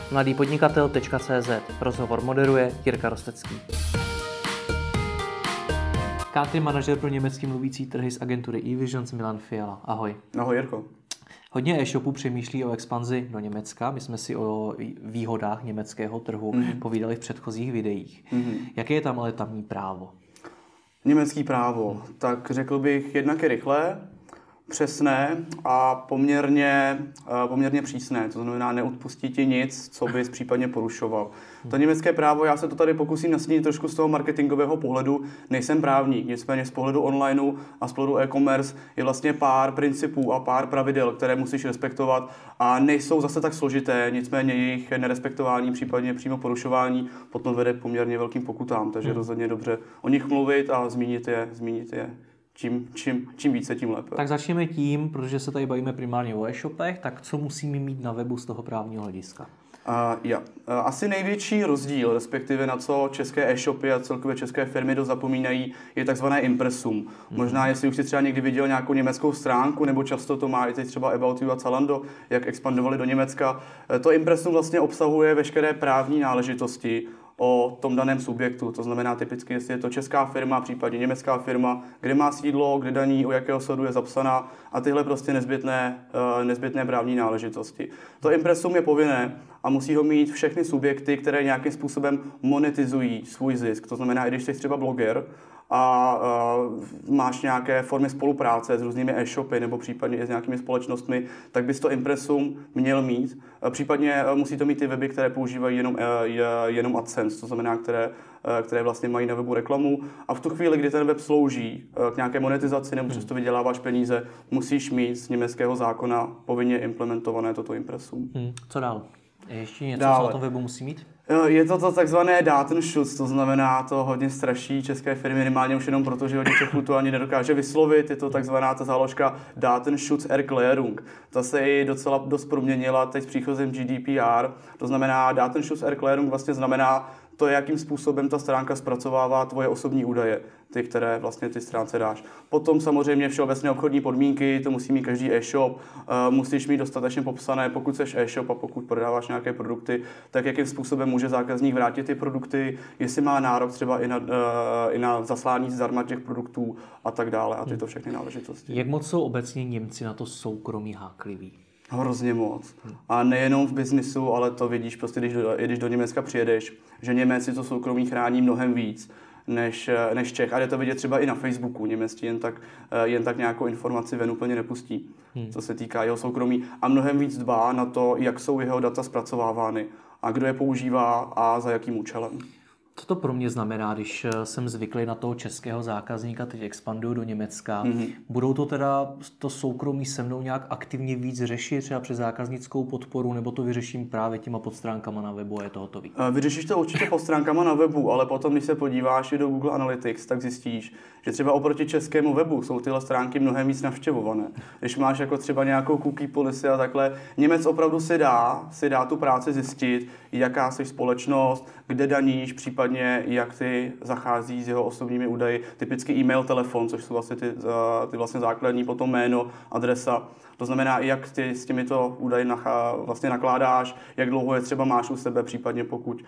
mladýpodnikatel.cz. Rozhovor moderuje Jirka Rostecký. Country manažer pro německy mluvící trhy z agentury eVisions Milan Fiala. Ahoj. Ahoj Jirko. Hodně e-shopů přemýšlí o expanzi do Německa. My jsme si o výhodách německého trhu povídali v předchozích videích. Jaké je tam ale tamní právo? Německý právo, tak řekl bych jednak je rychlé, přesné a poměrně přísné. To znamená, neodpustí ti nic, co bys případně porušoval. To německé právo, já se to tady pokusím nastínit trošku z toho marketingového pohledu. Nejsem právník, nicméně z pohledu onlineu a z pohledu e-commerce je vlastně pár principů a pár pravidel, které musíš respektovat a nejsou zase tak složité, nicméně jejich nerespektování, případně přímo porušování potom vede k poměrně velkým pokutám, takže rozhodně dobře o nich mluvit a zmínit je. Čím více, tím lépe. Tak začněme tím, protože se tady bavíme primárně o e-shopech, tak co musíme mít na webu z toho právního hlediska? Asi největší rozdíl, respektive na co české e-shopy a celkově české firmy dost zapomínají, je takzvané impresum. Možná, jestli už jsi třeba někdy viděl nějakou německou stránku, nebo často to má i teď třeba About You a Zalando, jak expandovali do Německa. To impresum vlastně obsahuje veškeré právní náležitosti o tom daném subjektu. To znamená typicky, jestli je to česká firma, případně německá firma, kde má sídlo, kde daní, u jakého soudu je zapsaná a tyhle prostě nezbytné právní náležitosti. To impresum je povinné a musí ho mít všechny subjekty, které nějakým způsobem monetizují svůj zisk. To znamená, i když jsi třeba bloger a máš nějaké formy spolupráce s různými e-shopy nebo případně i s nějakými společnostmi, tak bys to impresum měl mít. Případně musí to mít ty weby, které používají jenom AdSense, to znamená, které vlastně mají na webu reklamu. A v tu chvíli, kdy ten web slouží k nějaké monetizaci nebo přesto vyděláváš peníze, musíš mít z německého zákona povinně implementované toto impresum. Co dál? Ještě něco, co na tom webu musí mít? Je to takzvané Datenschutz, to znamená, to hodně straší české firmy, minimálně už jenom proto, že hodně Čechů to ani nedokáže vyslovit. Je to takzvaná ta záložka Datenschutzerklärung. Ta se i docela dost proměnila teď s příchozem GDPR. To znamená, Datenschutzerklärung vlastně znamená to, jakým způsobem ta stránka zpracovává tvoje osobní údaje, ty, které vlastně ty stránce dáš. Potom samozřejmě všeobecné obchodní podmínky, to musí mít každý e-shop, musíš mít dostatečně popsané, pokud seš e-shop a pokud prodáváš nějaké produkty, tak jakým způsobem může zákazník vrátit ty produkty, jestli má nárok třeba i na zaslání zdarma těch produktů a tak dále a tyto všechny náležitosti. Jak moc jsou obecně Němci na to soukromí hákliví? Hrozně moc. A nejenom v biznisu, ale to vidíš prostě, když do Německa přijedeš, že Němci to soukromí chrání mnohem víc než Čech. A jde to vidět třeba i na Facebooku. Němec jen tak nějakou informaci ven úplně nepustí, co se týká jeho soukromí. A mnohem víc dbá na to, jak jsou jeho data zpracovávány a kdo je používá a za jakým účelem. Co to pro mě znamená, když jsem zvyklý na toho českého zákazníka, teď expanduju do Německa? Budou to teda to soukromí se mnou nějak aktivně víc řešit, třeba přes zákaznickou podporu, nebo to vyřeším právě těma podstránkama na webu a je to hotový? Vyřešíš to určitě podstránkama na webu, ale potom, když se podíváš i do Google Analytics, tak zjistíš, že třeba oproti českému webu jsou tyhle stránky mnohem víc navštěvované. Když máš jako třeba nějakou cookie policy a takhle, Němec opravdu si dá tu práci zjistit, jaká jsi společnost, kde daníš, případně jak ty zachází s jeho osobními údaji, typicky e-mail, telefon, což jsou vlastně ty vlastně základní, potom jméno, adresa. To znamená, jak ty s těmito údaji vlastně nakládáš, jak dlouho je třeba máš u sebe, případně pokud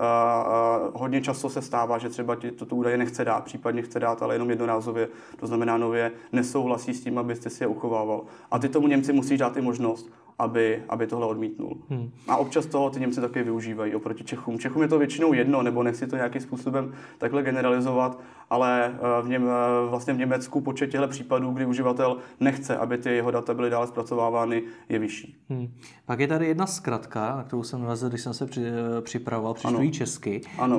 hodně často se stává, že třeba ti toto údaje nechce dát, případně chce dát, ale jenom jednorázově, to znamená nově nesouhlasí s tím, abyste si je uchovával. A ty tomu Němci musí dát i možnost, aby tohle odmítnul. A občas toho ty Němci taky využívají oproti Čechům. Čechům je to většinou jedno, nebo nechci to nějakým způsobem takhle generalizovat, ale vlastně v Německu počet těchto případů, kdy uživatel nechce, aby ty jeho data byly dále zpracovávány, je vyšší. Pak je tady jedna zkratka, na kterou jsem narazil, když jsem se připravoval, přečtu ji česky. Ano.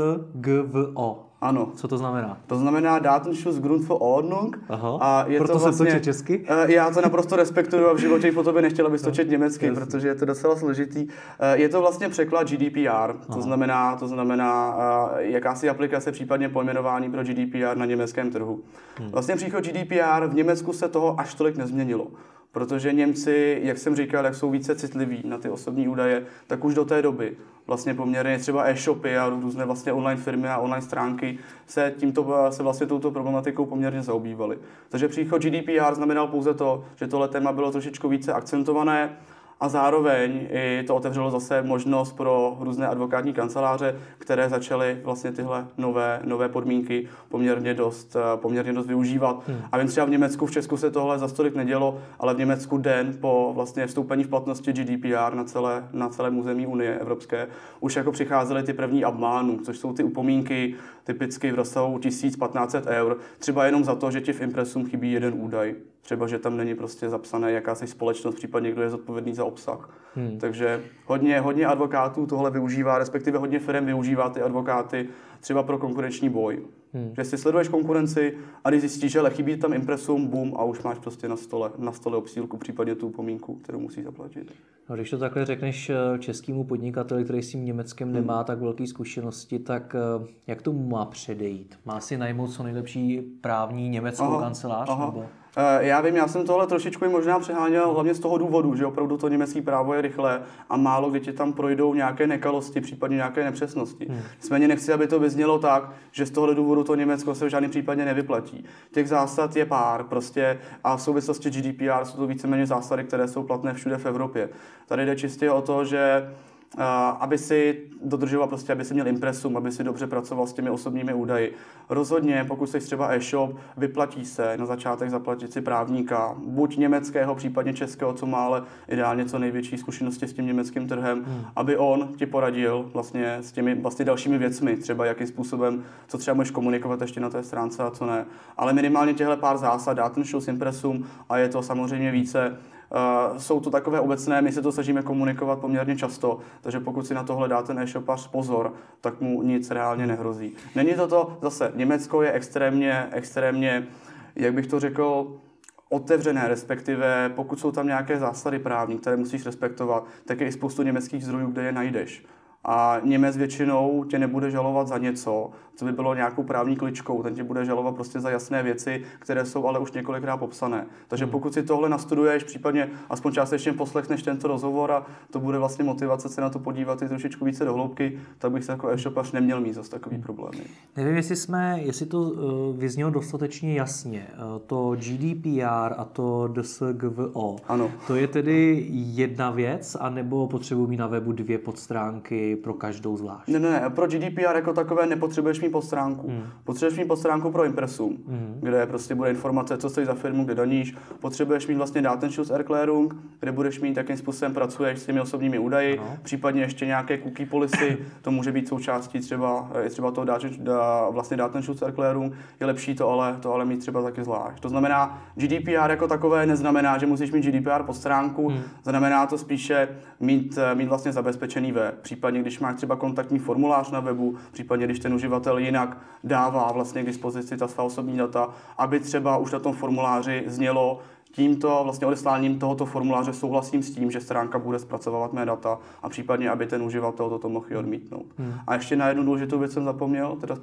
DSGVO. Ano. Co to znamená? To znamená Datenschutzgrundverordnung. A je proto to vlastně, jsem to česky? Já to naprosto respektuju a v životě i po tobě nechtěl, abys to čet německy, protože je to docela složitý. Je to vlastně překlad GDPR, to znamená jakási aplikace, případně pojmenování pro GDPR na německém trhu. Vlastně příchod GDPR v Německu se toho až tolik nezměnilo. Protože Němci, jak jsem říkal, jak jsou více citliví na ty osobní údaje, tak už do té doby vlastně poměrně třeba e-shopy a různé vlastně online firmy a online stránky se vlastně touto problematikou poměrně zaobývaly. Takže příchod GDPR znamenal pouze to, že tohle téma bylo trošičku více akcentované a zároveň i to otevřelo zase možnost pro různé advokátní kanceláře, které začaly vlastně tyhle nové podmínky poměrně dost využívat. A vím, třeba v Německu, v Česku se tohle za stolik nedělo, ale v Německu den po vlastně vstoupení v platnosti GDPR na celém území Unie evropské už jako přicházely ty první abmánů, což jsou ty upomínky typicky v rozsahu 1500 €, třeba jenom za to, že ti v impresum chybí jeden údaj. Třeba, že tam není prostě zapsané jakási společnost, případně kdo je zodpovědný za obsah. Takže hodně advokátů tohle využívá, respektive hodně firm využívá ty advokáty třeba pro konkurenční boj. Že si sleduješ konkurenci a když zjistíš, že chybí tam impresum, bum, a už máš prostě na stole obsílku, případně tu upomínku, kterou musí zaplatit. No, když to takhle řekneš českému podnikateli, který s tím Německem nemá tak velké zkušenosti, tak jak tomu má předejít? Má si najmout co nejlepší právní německou kancelář? Nebo? Já vím, já jsem tohle trošičku možná přeháněl hlavně z toho důvodu, že opravdu to německé právo je rychlé a málo kdy ti tam projdou nějaké nekalosti, případně nějaké nepřesnosti. Nicméně nechci, aby to vyznělo tak, že z tohohle důvodu to Německo se v žádném případě nevyplatí. Těch zásad je pár prostě a v souvislosti GDPR jsou to víceméně zásady, které jsou platné všude v Evropě. Tady jde čistě o to, že aby si dodržoval prostě, aby si měl impresum, aby si dobře pracoval s těmi osobními údaji. Rozhodně, pokud jsi třeba e-shop, vyplatí se na začátek zaplatit si právníka, buď německého, případně českého, co má ale ideálně co největší zkušenosti s tím německým trhem, aby on ti poradil vlastně s těmi vlastně dalšími věcmi, třeba jakým způsobem, co třeba můžeš komunikovat ještě na té stránce a co ne. Ale minimálně těhle pár zásad, Datenschutz, impresum a je to samozřejmě více. Jsou to takové obecné, my se to snažíme komunikovat poměrně často, takže pokud si na tohle dá ten e-shopař pozor, tak mu nic reálně nehrozí. Není to zase, Německo je extrémně, jak bych to řekl, otevřené, respektive pokud jsou tam nějaké zásady právní, které musíš respektovat, tak je i spoustu německých zdrojů, kde je najdeš. A Němec většinou tě nebude žalovat za něco, co by bylo nějakou právní kličkou, ten tě bude žalovat prostě za jasné věci, které jsou ale už několikrát popsané. Takže pokud si tohle nastuduješ, případně aspoň částečně poslechneš tento rozhovor a to bude vlastně motivace se na to podívat i trošičku více do hloubky, tak bych se jako e-shopař neměl mít zase takový problémy. Nevím, jestli to vyznělo dostatečně jasně. To GDPR a to DSGVO, ano. To je tedy jedna věc, anebo potřebuji mít na webu 2 podstránky pro každou zvlášť? Ne, pro GDPR jako takové nepotřebuješ mít podstránku. Potřebuješ mít podstránku pro impresum, kde prostě bude informace, co stojí za firmu, kde daníš. Potřebuješ mít vlastně Datenschutzerklärung, kde budeš mít, jakým způsobem pracuješ s těmi osobními údaji, případně ještě nějaké cookie policy, to může být součástí třeba toho vlastně Datenschutzerklärung. Je lepší to ale mít třeba taky zvlášť. To znamená, GDPR jako takové neznamená, že musíš mít GDPR podstránku, znamená to spíše mít vlastně zabezpečený web. Případně když máš třeba kontaktní formulář na webu, případně když ten uživatel jinak dává vlastně k dispozici ta svá osobní data, aby třeba už na tom formuláři znělo tímto vlastně odesláním tohoto formuláře souhlasím s tím, že stránka bude zpracovávat mé data a případně, aby ten uživatel toto mohl i odmítnout. A ještě na jednu důležitou věc jsem zapomněl, teda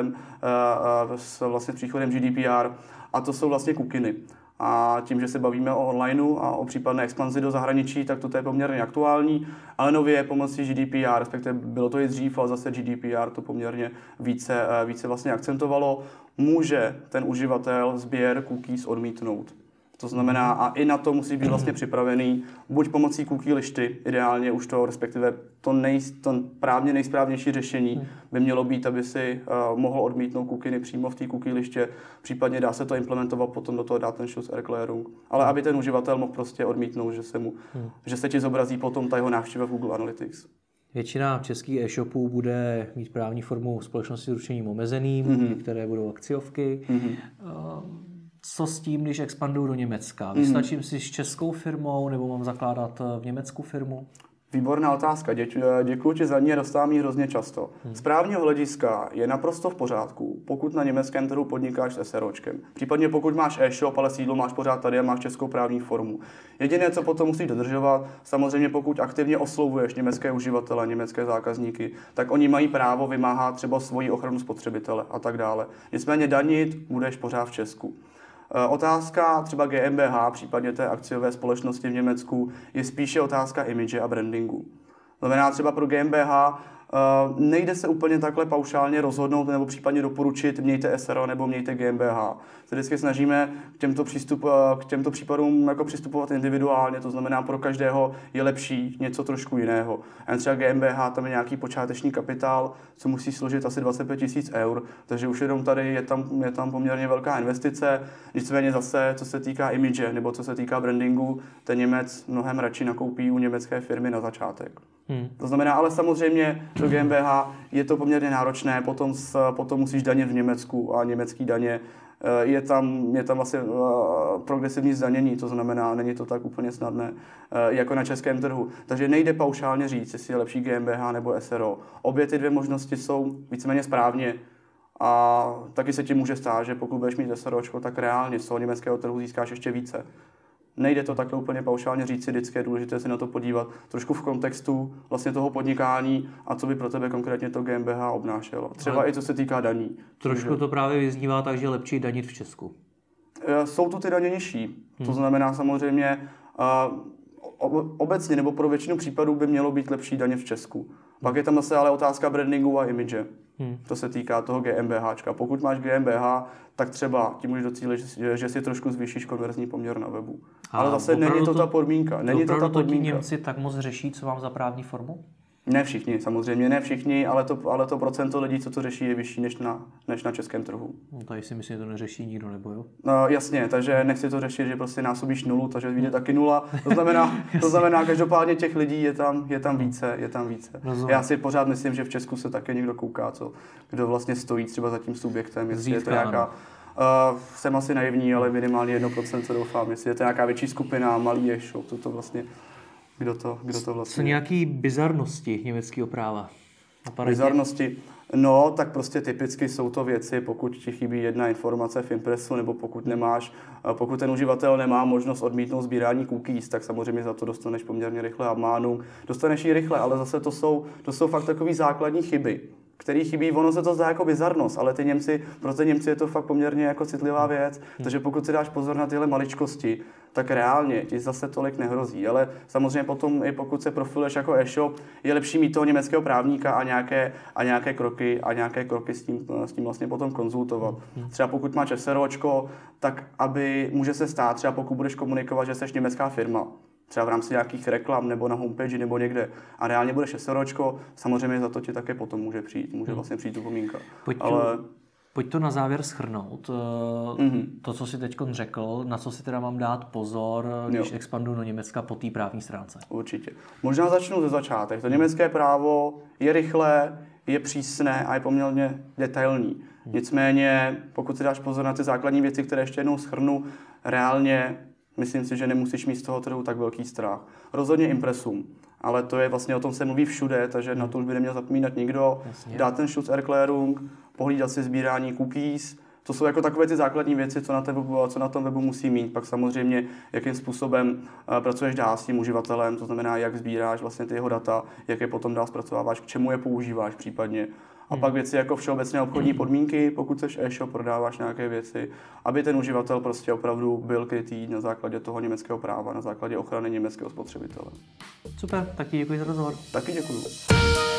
s příchodem GDPR, a to jsou vlastně cookiny. A tím, že se bavíme o onlineu a o případné expanzi do zahraničí, tak to je poměrně aktuální, ale nově pomocí GDPR, respektive bylo to i dřív, ale zase GDPR to poměrně více vlastně akcentovalo, může ten uživatel sběr cookies odmítnout. To znamená, a i na to musí být vlastně připravený, buď pomocí cookie lišty, ideálně už to, respektive to právně nejsprávnější řešení by mělo být, aby si mohl odmítnout cookiny přímo v té cookie liště, případně dá se to implementovat potom do toho Datenschutzerklärung, ale aby ten uživatel mohl prostě odmítnout, že se ti zobrazí potom ta jeho návštěva v Google Analytics. Většina českých e-shopů bude mít právní formu společnosti s ručením omezeným, některé budou akciovky. Co s tím, když expanduju do Německa? Vystačím si s českou firmou nebo mám zakládat v Německu firmu? Výborná otázka, děkuji ti za ní, dostávám ji hrozně často. Z právního hlediska je naprosto v pořádku, pokud na německém trhu podnikáš s SROčkem. Případně pokud máš e-shop, ale sídlo máš pořád tady a máš českou právní formu. Jediné, co potom musíš dodržovat, samozřejmě pokud aktivně oslovuješ německé uživatele, německé zákazníky, tak oni mají právo vymáhat třeba svoji ochranu spotřebitele a tak dále. Nicméně danit budeš pořád v Česku. Otázka třeba GmbH, případně té akciové společnosti v Německu, je spíše otázka image a brandingu. Znamená třeba pro GmbH Nejde se úplně takhle paušálně rozhodnout nebo případně doporučit mějte SRO nebo mějte GmbH. Se vždycky snažíme k těmto případům jako přistupovat individuálně, to znamená pro každého je lepší něco trošku jiného. A třeba GmbH, tam je nějaký počáteční kapitál, co musí složit asi 25 000 eur, takže už jenom tady je tam poměrně velká investice. Nicméně zase, co se týká image nebo co se týká brandingu, ten Němec mnohem radši nakoupí u německé firmy na začátek. To znamená, ale samozřejmě do GmbH je to poměrně náročné, potom musíš danit v Německu a německý daně je tam vlastně progresivní zdanění, to znamená, není to tak úplně snadné jako na českém trhu. Takže nejde paušálně říct, jestli je lepší GmbH nebo SRO. Obě ty dvě možnosti jsou víceméně správně a taky se ti může stát, že pokud budeš mít SROčko, tak reálně z toho německého trhu získáš ještě více. Nejde to takhle úplně paušálně říct si, vždycky je důležité si na to podívat trošku v kontextu vlastně toho podnikání a co by pro tebe konkrétně to GmbH obnášelo. Třeba i co se týká daní. Trošku to právě vyznívá tak, že je lepší danit v Česku. Jsou tu ty daně nižší. To znamená samozřejmě obecně nebo pro většinu případů by mělo být lepší daně v Česku. Pak je tam zase ale otázka brandingu a image. To se týká toho GmbHčka. Pokud máš GmbH, tak třeba ti můžeš docílit, že si trošku zvýšíš konverzní poměr na webu. Ale zase není to ta podmínka. Není to ta podmínka. Němci tak moc řeší, co mám za právní formu? Ne všichni, samozřejmě ne všichni, ale to procento lidí, co to řeší, je vyšší než na českém trhu. No, tady si myslím, že to neřeší nikdo, nebo jo? No, jasně, takže nechci to řešit, že prostě násobíš nulu, takže vyjde taky nula. To znamená, každopádně těch lidí je tam více. Rozumím. Já si pořád myslím, že v Česku se také někdo kouká, kdo vlastně stojí třeba za tím subjektem, jestli je to nějaká... jsem asi naivní, ale minimálně 1% doufám, jestli je to nějaká větší skupina, malý e-shop, to vlastně... Kdo to vlastně... Co nějaký bizarnosti německého práva? Bizarnosti? No, tak prostě typicky jsou to věci, pokud ti chybí jedna informace v impresu, nebo pokud ten uživatel nemá možnost odmítnout sbírání cookies, tak samozřejmě za to dostaneš poměrně rychle abmánu. Dostaneš ji rychle, ale zase to jsou fakt takové základní chyby, který chybí. Ono se to zdá jako bizarnost, ale pro ty Němci je to fakt poměrně jako citlivá věc, takže pokud si dáš pozor na tyhle maličkosti, tak reálně ti zase tolik nehrozí. Ale samozřejmě potom, i pokud se profiluješ jako e-shop, je lepší mít toho německého právníka a nějaké kroky s tím vlastně potom konzultovat. Třeba pokud máš SROčko, tak může se stát, třeba pokud budeš komunikovat, že jsi německá firma, třeba v rámci nějakých reklam nebo na homepage nebo někde a reálně budeš SROčko, samozřejmě za to ti také potom může vlastně přijít upomínka. Pojď to na závěr shrnout. To, co jsi teď řekl, na co si teda mám dát pozor, když expanduji do Německa po té právní stránce. Určitě. Možná začnu ze začátek. To německé právo je rychlé, je přísné a je poměrně detailní. Nicméně, pokud si dáš pozor na ty základní věci, které ještě jednou shrnu, reálně myslím si, že nemusíš mít z toho trhu tak velký strach. Rozhodně impresum, ale to je vlastně o tom se mluví všude, takže na to už by neměl zapomínat nikdo. Jasně. Dát ten Schutzerklärung, pohlídat si sbírání cookies, to jsou jako takové ty základní věci, co na tom webu musí mít. Pak samozřejmě, jakým způsobem pracuješ dál s tím uživatelem, to znamená, jak sbíráš vlastně ty jeho data, jak je potom dál zpracováváš, k čemu je používáš případně. A pak věci jako všeobecné obchodní podmínky, pokud seš e-shop, prodáváš nějaké věci, aby ten uživatel prostě opravdu byl krytý na základě toho německého práva, na základě ochrany německého spotřebitele. Super, taky děkuji za rozhovor. Taky děkuji.